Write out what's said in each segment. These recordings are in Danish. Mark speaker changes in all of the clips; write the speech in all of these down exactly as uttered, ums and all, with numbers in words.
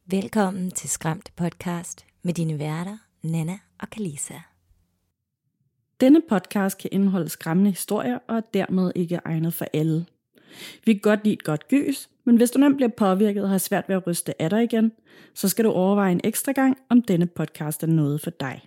Speaker 1: Velkommen til Skræmt podcast med dine værter, Nana og Kalisa.
Speaker 2: Denne podcast kan indeholde skræmmende historier og er dermed ikke egnet for alle. Vi kan godt lide et godt gys, men hvis du nemt bliver påvirket og har svært ved at ryste af dig igen, så skal du overveje en ekstra gang, om denne podcast er noget for dig.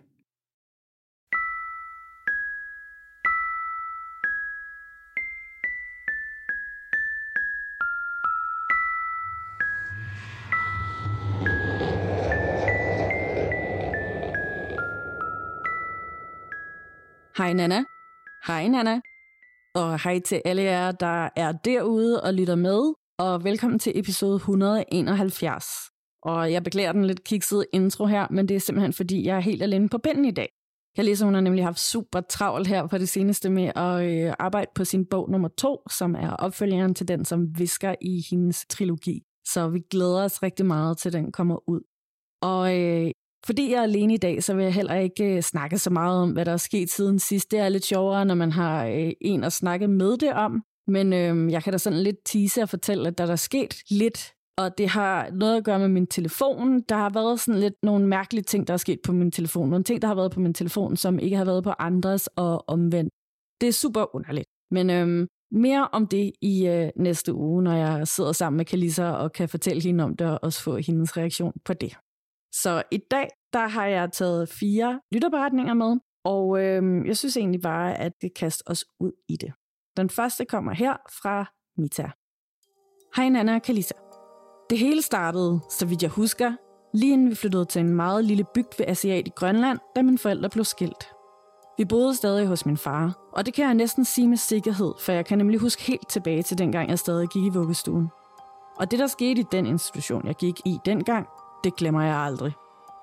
Speaker 3: Hej Nana. Hej Nana. Og hej til alle jer, der er derude og lytter med. Og velkommen til episode et hundrede og enoghalvfjerds. Og jeg beklager den lidt kiksede intro her, men det er simpelthen fordi, jeg er helt alene på pinden i dag. Kalisa, hun har nemlig haft super travlt her på det seneste med at øh, arbejde på sin bog nummer to, som er opfølgeren til den, som visker i hendes trilogi. Så vi glæder os rigtig meget til, den kommer ud. Og øh, fordi jeg er alene i dag, så vil jeg heller ikke snakke så meget om, hvad der er sket siden sidst. Det er lidt sjovere, når man har øh, en at snakke med det om. Men øh, jeg kan da sådan lidt tease og fortælle, at der er sket lidt. Og det har noget at gøre med min telefon. Der har været sådan lidt nogle mærkelige ting, der er sket på min telefon. Nogle ting, der har været på min telefon, som ikke har været på andres og omvendt. Det er super underligt. Men øh, mere om det i øh, næste uge, når jeg sidder sammen med Kalisa og kan fortælle hende om det og også få hendes reaktion på det. Så i dag, der har jeg taget fire lytterberetninger med, og øh, jeg synes egentlig bare, at det kaster os ud i det. Den første kommer her fra Mita. Hej Nana og Kalisa. Det hele startede, så vidt jeg husker, lige inden vi flyttede til en meget lille bygd ved Asiat i Grønland, da mine forældre blev skilt. Vi boede stadig hos min far, og det kan jeg næsten sige med sikkerhed, for jeg kan nemlig huske helt tilbage til dengang, jeg stadig gik i vuggestuen. Og det, der skete i den institution, jeg gik i dengang, det glemmer jeg aldrig.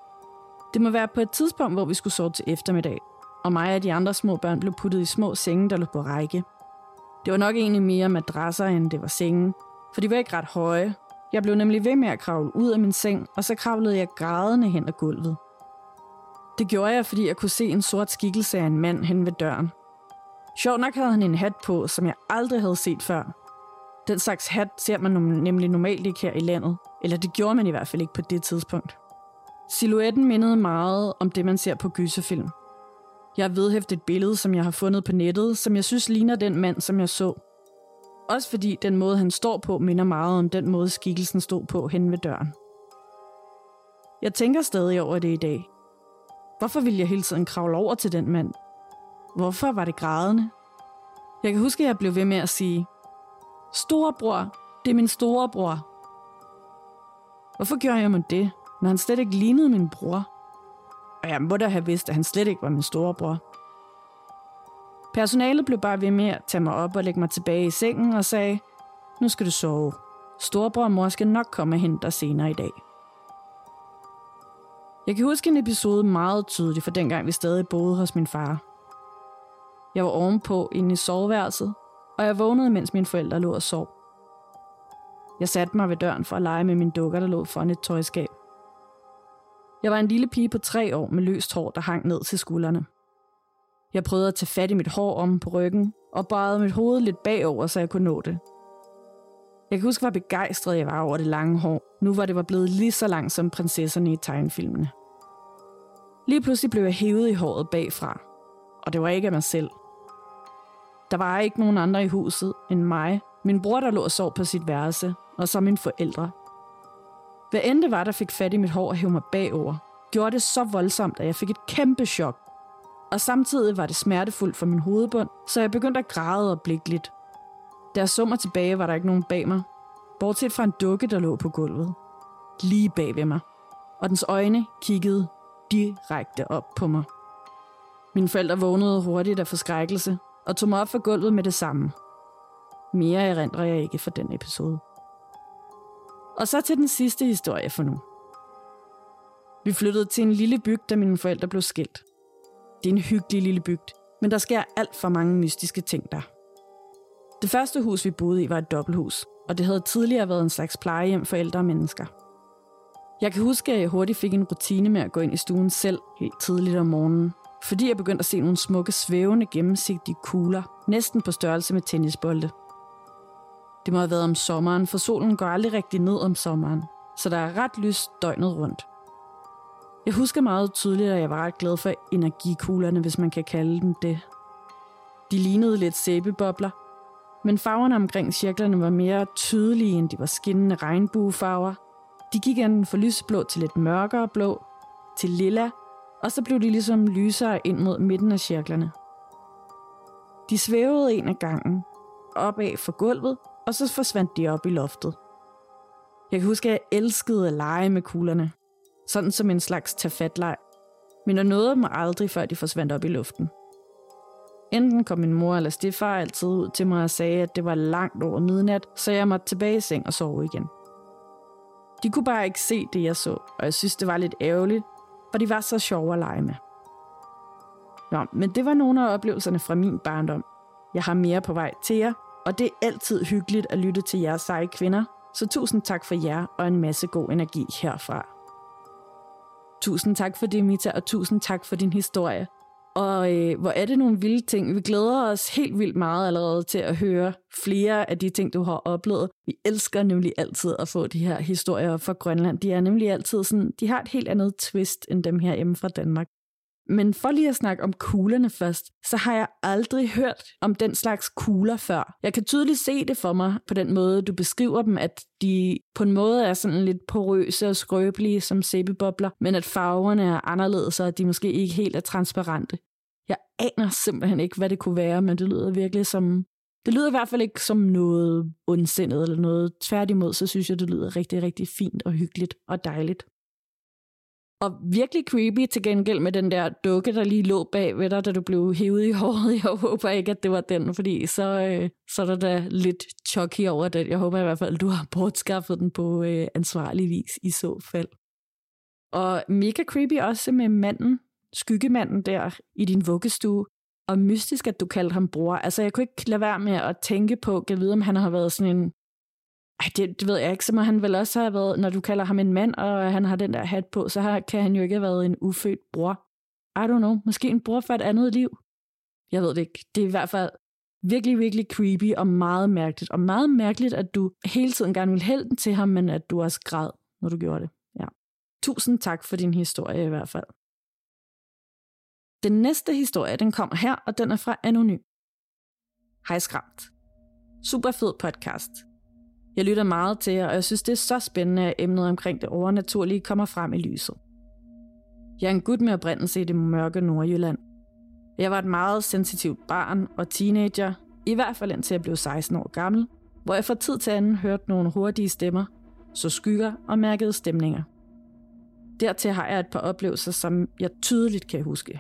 Speaker 3: Det må være på et tidspunkt, hvor vi skulle sove til eftermiddag, og mig og de andre små børn blev puttet i små senge, der lå på række. Det var nok egentlig mere madrasser, end det var senge, for de var ikke ret høje. Jeg blev nemlig ved med at kravle ud af min seng, og så kravlede jeg grædende hen ad gulvet. Det gjorde jeg, fordi jeg kunne se en sort skikkelse af en mand hen ved døren. Sjovt nok havde han en hat på, som jeg aldrig havde set før. Den slags hat ser man nemlig normalt ikke her i landet, eller det gjorde man i hvert fald ikke på det tidspunkt. Silhouetten mindede meget om det, man ser på gyserfilm. Jeg har vedhæftet et billede, som jeg har fundet på nettet, som jeg synes ligner den mand, som jeg så. Også fordi den måde, han står på, minder meget om den måde, skikkelsen stod på hen ved døren. Jeg tænker stadig over det i dag. Hvorfor ville jeg hele tiden kravle over til den mand? Hvorfor var det grædende? Jeg kan huske, at jeg blev ved med at sige, storebror, det er min storebror. Hvorfor gjorde jeg mig det, når han slet ikke lignede min bror? Og jeg må da have vidst, at han slet ikke var min storebror. Personalet blev bare ved med at tage mig op og lægge mig tilbage i sengen og sagde, nu skal du sove. Storebror og mor skal nok komme og hente dig senere i dag. Jeg kan huske en episode meget tydeligt fra dengang vi stadig boede hos min far. Jeg var ovenpå inde i soveværelset, og jeg vågnede, mens mine forældre lå og sov. Jeg satte mig ved døren for at lege med mine dukker, der lå foran et tøjskab. Jeg var en lille pige på tre år med løst hår, der hang ned til skuldrene. Jeg prøvede at tage fat i mit hår om på ryggen og bøjede mit hoved lidt bagover, så jeg kunne nå det. Jeg kan huske, hvor begejstret jeg var over det lange hår, nu hvor det var blevet lige så langt som prinsesserne i tegnefilmene. Lige pludselig blev jeg hævet i håret bagfra, og det var ikke af mig selv. Der var ikke nogen andre i huset end mig, min bror, der lå og sov på sit værelse, og så mine forældre. Hvad end det var, der fik fat i mit hår og hævde mig bagover, gjorde det så voldsomt, at jeg fik et kæmpe chok. Og samtidig var det smertefuldt for min hovedbund, så jeg begyndte at græde og blikke lidt. Da jeg så mig tilbage, var der ikke nogen bag mig, bortset fra en dukke, der lå på gulvet. Lige bag ved mig. Og dens øjne kiggede direkte op på mig. Mine forældre vågnede hurtigt af forskrækkelse og tog mig op fra gulvet med det samme. Mere erindrer jeg ikke for den episode. Og så til den sidste historie for nu. Vi flyttede til en lille bygd, da mine forældre blev skilt. Det er en hyggelig lille bygd, men der sker alt for mange mystiske ting der. Det første hus, vi boede i, var et dobbelthus, og det havde tidligere været en slags plejehjem for ældre mennesker. Jeg kan huske, at jeg hurtigt fik en rutine med at gå ind i stuen selv helt tidligt om morgenen, fordi jeg begyndte at se nogle smukke, svævende, gennemsigtige kugler, næsten på størrelse med tennisbolde. Det må have været om sommeren, for solen går aldrig rigtig ned om sommeren. så der er ret lyst døgnet rundt. Jeg husker meget tydeligt, at jeg var ret glad for energikuglerne, hvis man kan kalde dem det. De lignede lidt sæbebobler, men farverne omkring cirklerne var mere tydelige, end de var skinnende regnbuefarver. De gik enten fra lysblå til lidt mørkere blå, til lilla, og så blev de ligesom lysere ind mod midten af cirklerne. De svævede en af gangen, opad fra gulvet, og så forsvandt de op i loftet. Jeg kan huske, at jeg elskede at lege med kuglerne, sådan som en slags tafatleg, men jeg nåede dem aldrig, før de forsvandt op i luften. Enten kom min mor eller stefar altid ud til mig og sagde, at det var langt over midnat, så jeg måtte tilbage i seng og sove igen. De kunne bare ikke se det, jeg så, og jeg synes, det var lidt ærgerligt, for de var så sjove at lege med. Nå, men det var nogle af oplevelserne fra min barndom. Jeg har mere på vej til jer, og det er altid hyggeligt at lytte til jer seje kvinder, så tusind tak for jer og en masse god energi herfra. Tusind tak for det, Mita, og tusind tak for din historie. Og øh, hvor er det nogle vilde ting. Vi glæder os helt vildt meget allerede til at høre flere af de ting, du har oplevet. Vi elsker nemlig altid at få de her historier fra Grønland. De er nemlig altid sådan, de har et helt andet twist end dem her hjemme fra Danmark. Men for lige at snakke om kuglerne først, så har jeg aldrig hørt om den slags kugler før. Jeg kan tydeligt se det for mig på den måde, du beskriver dem, at de på en måde er sådan lidt porøse og skrøbelige som sæbebobler, men at farverne er anderledes, og at de måske ikke helt er transparente. Jeg aner simpelthen ikke, hvad det kunne være, men det lyder virkelig som... Det lyder i hvert fald ikke som noget ondsindet eller noget. Tværtimod, så synes jeg, det lyder rigtig, rigtig fint og hyggeligt og dejligt. Og virkelig creepy til gengæld med den der dukke, der lige lå bag ved dig, da du blev hævet i håret. Jeg håber ikke, at det var den, fordi så, øh, så er der da lidt choky over det. Jeg håber i hvert fald, at du har bortskaffet den på øh, ansvarlig vis i så fald. Og mega creepy også med manden, skyggemanden der i din vuggestue. Og mystisk, at du kaldte ham bror. Altså, jeg kunne ikke lade være med at tænke på, kan vide, om han har været sådan en... Ej, det, det ved jeg ikke, så må han vel også have været, når du kalder ham en mand, og han har den der hat på, så har, kan han jo ikke have været en ufødt bror. I don't know, måske en bror for et andet liv. Jeg ved det ikke. Det er i hvert fald virkelig, virkelig creepy og meget mærkeligt. Og meget mærkeligt, at du hele tiden gerne ville hælde den til ham, men at du også græd, når du gjorde det. Ja. Tusind tak for din historie i hvert fald. Den næste historie, den kommer her, og den er fra Anonym. Hej Skræmt. Super fed podcast. Jeg lytter meget til jer, og jeg synes, det er så spændende, at emnet omkring det overnaturlige kommer frem i lyset. Jeg er en gut med oprindelse i det mørke Nordjylland. Jeg var et meget sensitivt barn og teenager, i hvert fald indtil jeg blev seksten år gammel, hvor jeg fra tid til anden hørte nogle hurtige stemmer, så skygger og mærkede stemninger. Dertil har jeg et par oplevelser, som jeg tydeligt kan huske.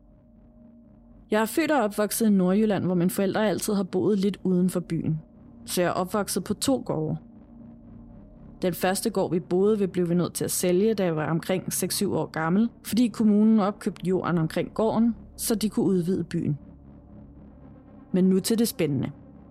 Speaker 3: Jeg er født og opvokset i Nordjylland, hvor mine forældre altid har boet lidt uden for byen. Så jeg er opvokset på to gårde. Den første gård, vi boede ved, blev vi nødt til at sælge, da jeg var omkring seks syv år gammel, fordi kommunen opkøbte jorden omkring gården, så de kunne udvide byen. Men nu til det spændende.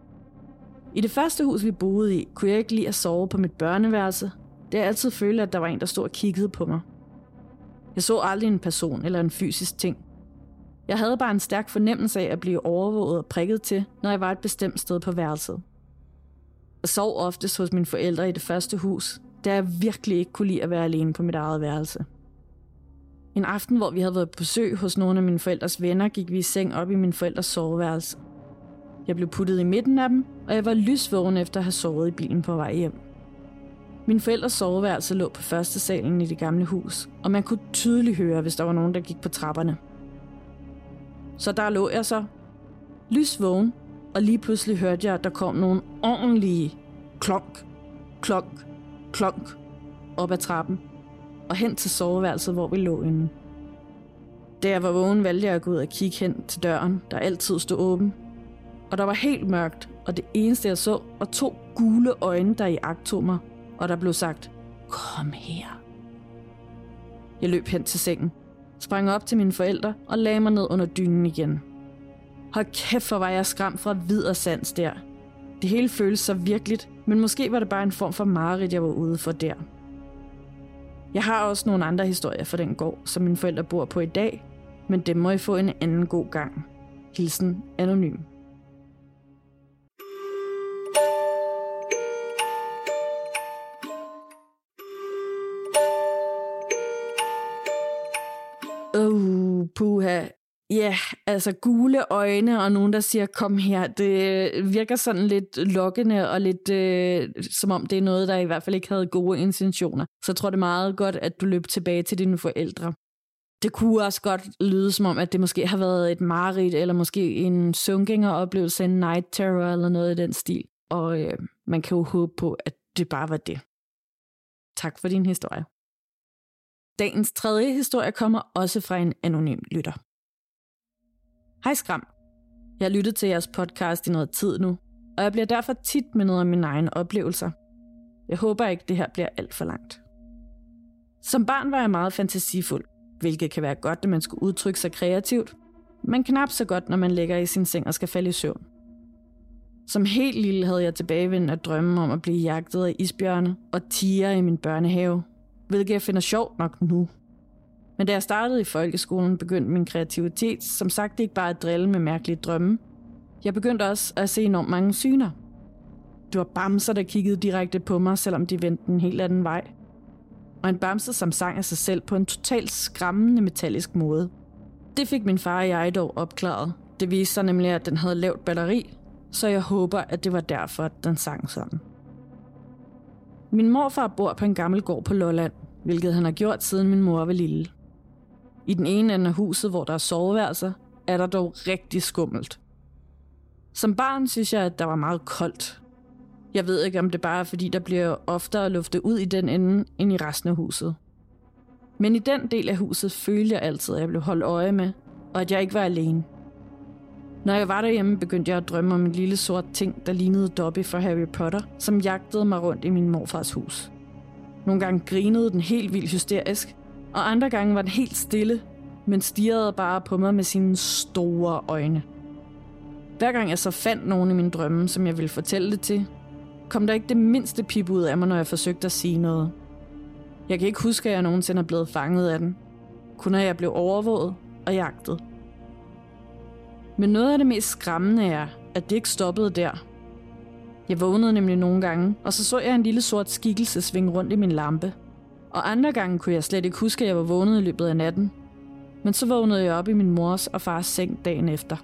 Speaker 3: I det første hus, vi boede i, kunne jeg ikke lide at sove på mit børneværelse. Det har altid følt, at der var en, der stod og kiggede på mig. Jeg så aldrig en person eller en fysisk ting. Jeg havde bare en stærk fornemmelse af at blive overvåget og prikket til, når jeg var et bestemt sted på værelset. Jeg sov oftest hos mine forældre i det første hus, da jeg virkelig ikke kunne lide at være alene på mit eget værelse. En aften, hvor vi havde været på besøg hos nogle af mine forældres venner, gik vi i seng op i min forældres soveværelse. Jeg blev puttet i midten af dem, og jeg var lysvågen efter at have sovet i bilen på vej hjem. Min forældres soveværelse lå på første salen i det gamle hus, og man kunne tydeligt høre, hvis der var nogen, der gik på trapperne. Så der lå jeg så, lysvågen, og lige pludselig hørte jeg, at der kom nogle ordentlige klonk, klonk, klonk op ad trappen og hen til soveværelset, hvor vi lå inde. Da jeg var vågen, valgte jeg at gå ud og kigge hen til døren, der altid stod åben. Og der var helt mørkt, og det eneste jeg så var to gule øjne, der iagttog mig, og der blev sagt, kom her. Jeg løb hen til sengen, sprang op til mine forældre og lagde mig ned under dynen igen. Hold kæft, hvor var jeg skræmt fra vid og sans der. Det hele føltes så virkeligt, men måske var det bare en form for mareridt, jeg var ude for der. Jeg har også nogle andre historier fra den gård, som mine forældre bor på i dag, men dem må I få en anden god gang. Hilsen Anonym. Uh, puha. Ja, yeah, altså gule øjne og nogen, der siger, kom her. Det virker sådan lidt lokkende og lidt øh, som om det er noget, der i hvert fald ikke havde gode intentioner. Så jeg tror, det er meget godt, at du løb tilbage til dine forældre. Det kunne også godt lyde som om, at det måske har været et mareridt, eller måske en søvngængeroplevelse, en night terror eller noget i den stil. Og øh, man kan jo håbe på, at det bare var det. Tak for din historie. Dagens tredje historie kommer også fra en anonym lytter. Hej Skram. Jeg har lyttet til jeres podcast i noget tid nu, og jeg bliver derfor tit mindet om mine egne oplevelser. Jeg håber ikke, det her bliver alt for langt. Som barn var jeg meget fantasifuld, hvilket kan være godt, når man skal udtrykke sig kreativt, men knap så godt, når man ligger i sin seng og skal falde i søvn. Som helt lille havde jeg tilbagevendende at drømme om at blive jagtet af isbjørne og tiger i min børnehave, hvilket jeg finder sjovt nok nu. Men da jeg startede i folkeskolen, begyndte min kreativitet som sagt ikke bare at drille med mærkelige drømme. Jeg begyndte også at se enormt mange syner. Det var bamser, der kiggede direkte på mig, selvom de vendte en helt anden vej. Og en bamse, som sang af sig selv på en totalt skræmmende metallisk måde. Det fik min far og jeg dog opklaret. Det viste sig nemlig, at den havde lavt batteri, så jeg håber, at det var derfor, at den sang sådan. Min morfar bor på en gammel gård på Lolland, hvilket han har gjort siden min mor var lille. I den ene ende af huset, hvor der er soveværelser, er der dog rigtig skummelt. Som barn synes jeg, at der var meget koldt. Jeg ved ikke, om det bare er, fordi der bliver oftere luftet ud i den ende, end i resten af huset. Men i den del af huset følte jeg altid, at jeg blev holdt øje med, og at jeg ikke var alene. Når jeg var derhjemme, begyndte jeg at drømme om en lille sort ting, der lignede Dobby fra Harry Potter, som jagtede mig rundt i min morfars hus. Nogle gange grinede den helt vildt hysterisk, og andre gange var den helt stille, men stirrede bare på mig med sine store øjne. Hver gang jeg så fandt nogen i min drømme, som jeg ville fortælle det til, kom der ikke det mindste pip ud af mig, når jeg forsøgte at sige noget. Jeg kan ikke huske, at jeg nogensinde er blevet fanget af den. Kun at jeg blev overvåget og jagtet. Men noget af det mest skræmmende er, at det ikke stoppede der. Jeg vågnede nemlig nogle gange, og så så jeg en lille sort skikkelse svinge rundt i min lampe. Og andre gange kunne jeg slet ikke huske, at jeg var vågnet i løbet af natten. Men så vågnede jeg op i min mors og fars seng dagen efter.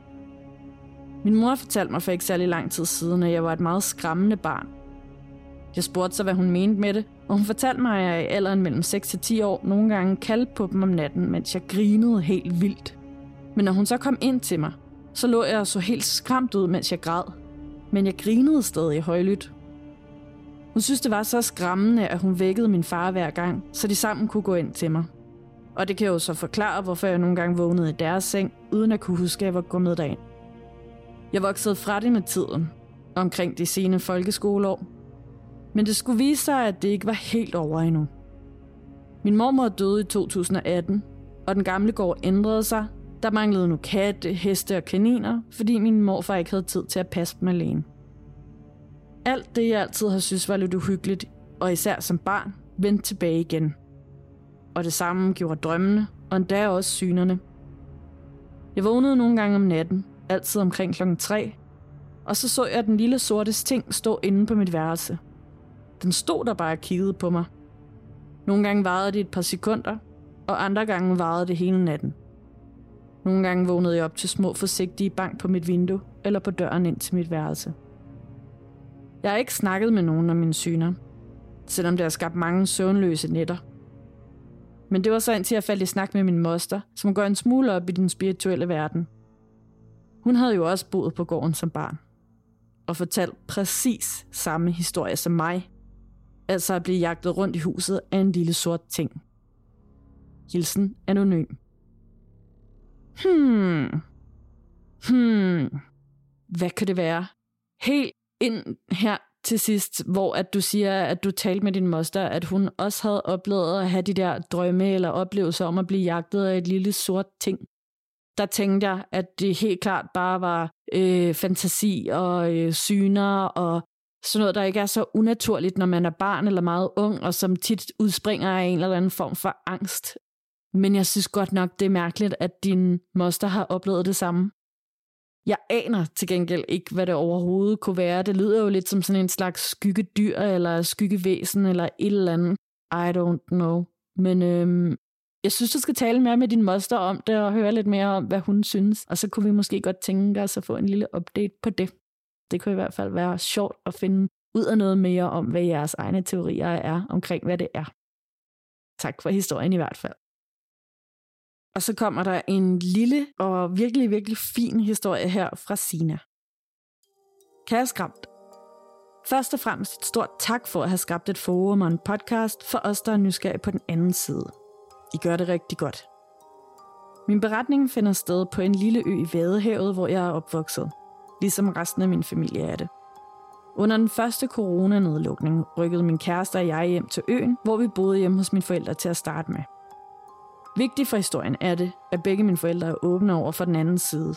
Speaker 3: Min mor fortalte mig for ikke særlig lang tid siden, at jeg var et meget skræmmende barn. Jeg spurgte så, hvad hun mente med det, og hun fortalte mig, at jeg i alderen mellem seks til ti år nogle gange kaldte på dem om natten, mens jeg grinede helt vildt. Men når hun så kom ind til mig, så lå jeg så helt skræmt ud, mens jeg græd. Men jeg grinede stadig højlydt. Hun synes, det var så skræmmende, at hun vækkede min far hver gang, så de sammen kunne gå ind til mig. Og det kan jo så forklare, hvorfor jeg nogle gange vågnede i deres seng, uden at kunne huske, at jeg var gået med derind. Jeg voksede fra det med tiden, omkring de sene folkeskoleår. Men det skulle vise sig, at det ikke var helt over endnu. Min mormor døde i to tusind og atten, og den gamle gård ændrede sig. Der manglede nu katte, heste og kaniner, fordi min morfar ikke havde tid til at passe dem alene. Alt det, jeg altid har synes var lidt uhyggeligt, og især som barn, vendte tilbage igen. Og det samme gjorde drømmene, og endda også synerne. Jeg vågnede nogle gange om natten, altid omkring klokken tre, og så så jeg den lille sorte ting stå inde på mit værelse. Den stod der bare og kiggede på mig. Nogle gange varede det et par sekunder, og andre gange varede det hele natten. Nogle gange vågnede jeg op til små forsigtige bank på mit vindue eller på døren ind til mit værelse. Jeg har ikke snakket med nogen af mine syner, selvom det har skabt mange søvnløse nætter. Men det var så indtil jeg faldt i snak med min moster, som går en smule op i den spirituelle verden. Hun havde jo også boet på gården som barn, og fortalt præcis samme historie som mig, altså at blive jagtet rundt i huset af en lille sort ting. Hilsen anonym. Hmm. Hmm. Hvad kan det være? Helt ind her til sidst, hvor at du siger, at du talte med din moster, at hun også havde oplevet at have de der drømme eller oplevelser om at blive jagtet af et lille sort ting. Der tænkte jeg, at det helt klart bare var øh, fantasi og øh, syner og sådan noget, der ikke er så unaturligt, når man er barn eller meget ung, og som tit udspringer af en eller anden form for angst. Men jeg synes godt nok, det er mærkeligt, at din moster har oplevet det samme. Jeg aner til gengæld ikke, hvad det overhovedet kunne være. Det lyder jo lidt som sådan en slags skyggedyr, eller skyggevæsen, eller et eller andet. I don't know. Men øhm, Jeg synes, du skal tale mere med din moster om det, og høre lidt mere om, hvad hun synes. Og så kunne vi måske godt tænke os at få en lille update på det. Det kunne i hvert fald være sjovt at finde ud af noget mere om, hvad jeres egne teorier er omkring, hvad det er. Tak for historien i hvert fald. Og så kommer der en lille og virkelig, virkelig fin historie her fra Sina. Kære Skræmt. Først og fremmest et stort tak for at have skabt et forum og en podcast for os, der er nysgerrige på den anden side. I gør det rigtig godt. Min beretning finder sted på en lille ø i Vadehavet, hvor jeg er opvokset. Ligesom resten af min familie er det. Under den første coronanedlukning rykkede min kæreste og jeg hjem til øen, hvor vi boede hjemme hos mine forældre til at starte med. Vigtigt for historien er det, at begge mine forældre er åbne over for den anden side.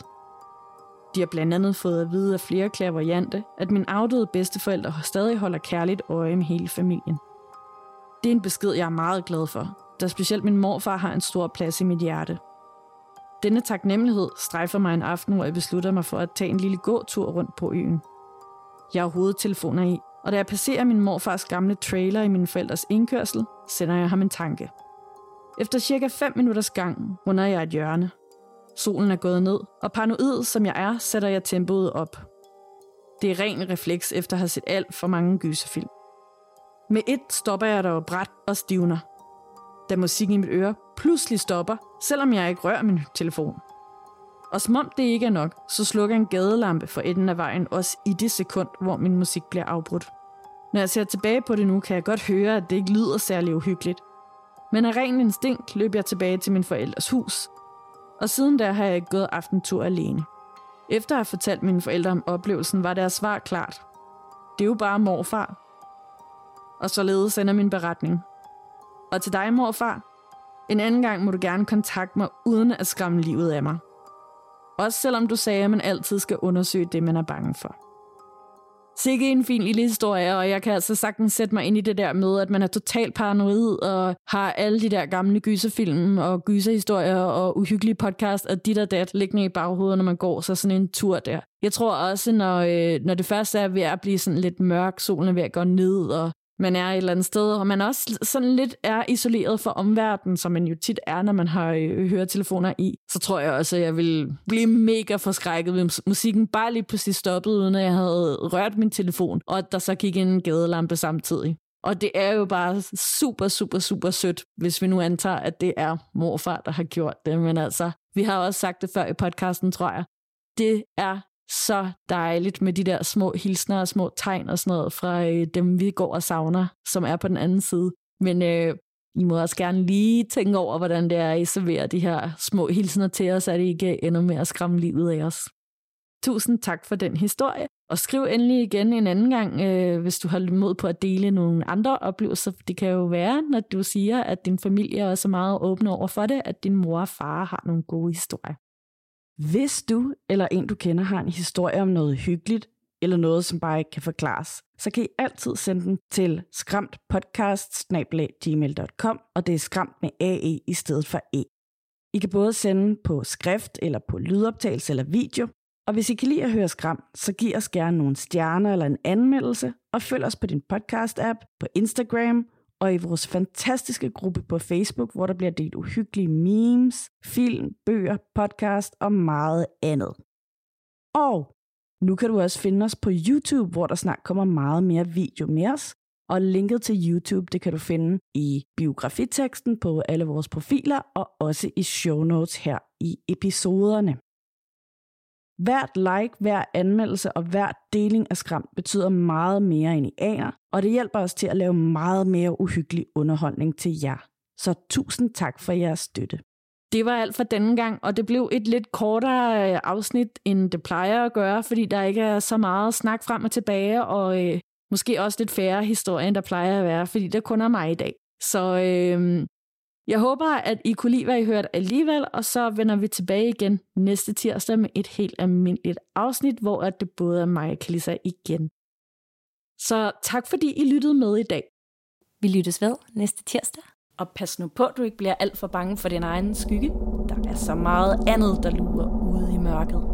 Speaker 3: De har blandt andet fået at vide af flere clairvoyante, at min afdøde bedsteforældre stadig holder kærligt øje med hele familien. Det er en besked, jeg er meget glad for, da specielt min morfar har en stor plads i mit hjerte. Denne taknemmelighed strejfer mig en aften, hvor jeg beslutter mig for at tage en lille gåtur rundt på øen. Jeg har hovedtelefoner i, og da jeg passerer min morfars gamle trailer i mine forældres indkørsel, sender jeg ham en tanke. Efter cirka fem minutters gang runder jeg et hjørne. Solen er gået ned, og paranoid som jeg er, sætter jeg tempoet op. Det er ren refleks efter at have set alt for mange gyserfilm. Med et stopper jeg dog bræt og stivner. Da musikken i mit øre pludselig stopper, selvom jeg ikke rører min telefon. Og som om det ikke er nok, så slukker en gadelampe for enden af vejen også i det sekund, hvor min musik bliver afbrudt. Når jeg ser tilbage på det nu, kan jeg godt høre, at det ikke lyder særlig uhyggeligt. Men af ren instinkt løb jeg tilbage til min forældres hus. Og siden da har jeg ikke gået aftentur alene. Efter at have fortalt mine forældre om oplevelsen, var deres svar klart. Det er jo bare morfar. Og således sender min beretning. Og til dig, morfar, en anden gang må du gerne kontakte mig, uden at skræmme livet af mig. Også selvom du sagde, at man altid skal undersøge det, man er bange for. Sikke en fin lille historie, og jeg kan altså sagtens sætte mig ind i det der med, at man er totalt paranoid og har alle de der gamle gyserfilm og gyserhistorier og uhyggelige podcast og dit og dat liggende i baghovedet, når man går så sådan en tur der. Jeg tror også, når, øh, når det først er ved at blive sådan lidt mørk, solen er ved at gå ned, og man er et eller andet sted, og man også sådan lidt er isoleret fra omverdenen, som man jo tit er, når man har øh, høretelefoner i, så tror jeg også, at jeg vil blive mega forskrækket, hvis musikken bare lige pludselig stoppede, uden at jeg havde rørt min telefon, og at der så gik en gadelampe samtidig. Og det er jo bare super, super, super sødt, hvis vi nu antager, at det er morfar, der har gjort det. Men altså, vi har også sagt det før i podcasten, tror jeg. Det er så dejligt med de der små hilsner og små tegn og sådan noget fra øh, dem, vi går og savner, som er på den anden side. Men øh, I må også gerne lige tænke over, hvordan det er, at I serverer de her små hilsner til os, at det ikke ender med at skræmme livet af os. Tusind tak for den historie, og skriv endelig igen en anden gang, øh, hvis du har mod på at dele nogle andre oplevelser. Det kan jo være, når du siger, at din familie også er meget åbne over for det, at din mor og far har nogle gode historier. Hvis du eller en, du kender, har en historie om noget hyggeligt, eller noget, som bare ikke kan forklares, så kan I altid sende den til skramtpodcast snabel-a gmail punktum com, og det er skræmt med A E i stedet for E. I kan både sende på skrift, eller på lydoptagelse eller video, og hvis I kan lide at høre Skram, så giv os gerne nogle stjerner eller en anmeldelse, og følg os på din podcast-app, på Instagram, og i vores fantastiske gruppe på Facebook, hvor der bliver delt uhyggelige memes, film, bøger, podcast og meget andet. Og nu kan du også finde os på YouTube, hvor der snart kommer meget mere video med os. Og linket til YouTube, det kan du finde i biografiteksten på alle vores profiler, og også i show notes her i episoderne. Hvert like, hver anmeldelse og hver deling af Skram betyder meget mere, end I aner, og det hjælper os til at lave meget mere uhyggelig underholdning til jer. Så tusind tak for jeres støtte. Det var alt for denne gang, og det blev et lidt kortere afsnit, end det plejer at gøre, fordi der ikke er så meget snak frem og tilbage, og øh, måske også lidt færre historier, end der plejer at være, fordi der kun er mig i dag. Så øh, jeg håber, at I kunne lide, hvad I hørte alligevel, og så vender vi tilbage igen næste tirsdag med et helt almindeligt afsnit, hvor det både er mig og Kalissa igen. Så tak fordi I lyttede med i dag.
Speaker 1: Vi lyttes ved næste tirsdag.
Speaker 3: Og pas nu på, at du ikke bliver alt for bange for din egen skygge. Der er så meget andet, der lurer ude i mørket.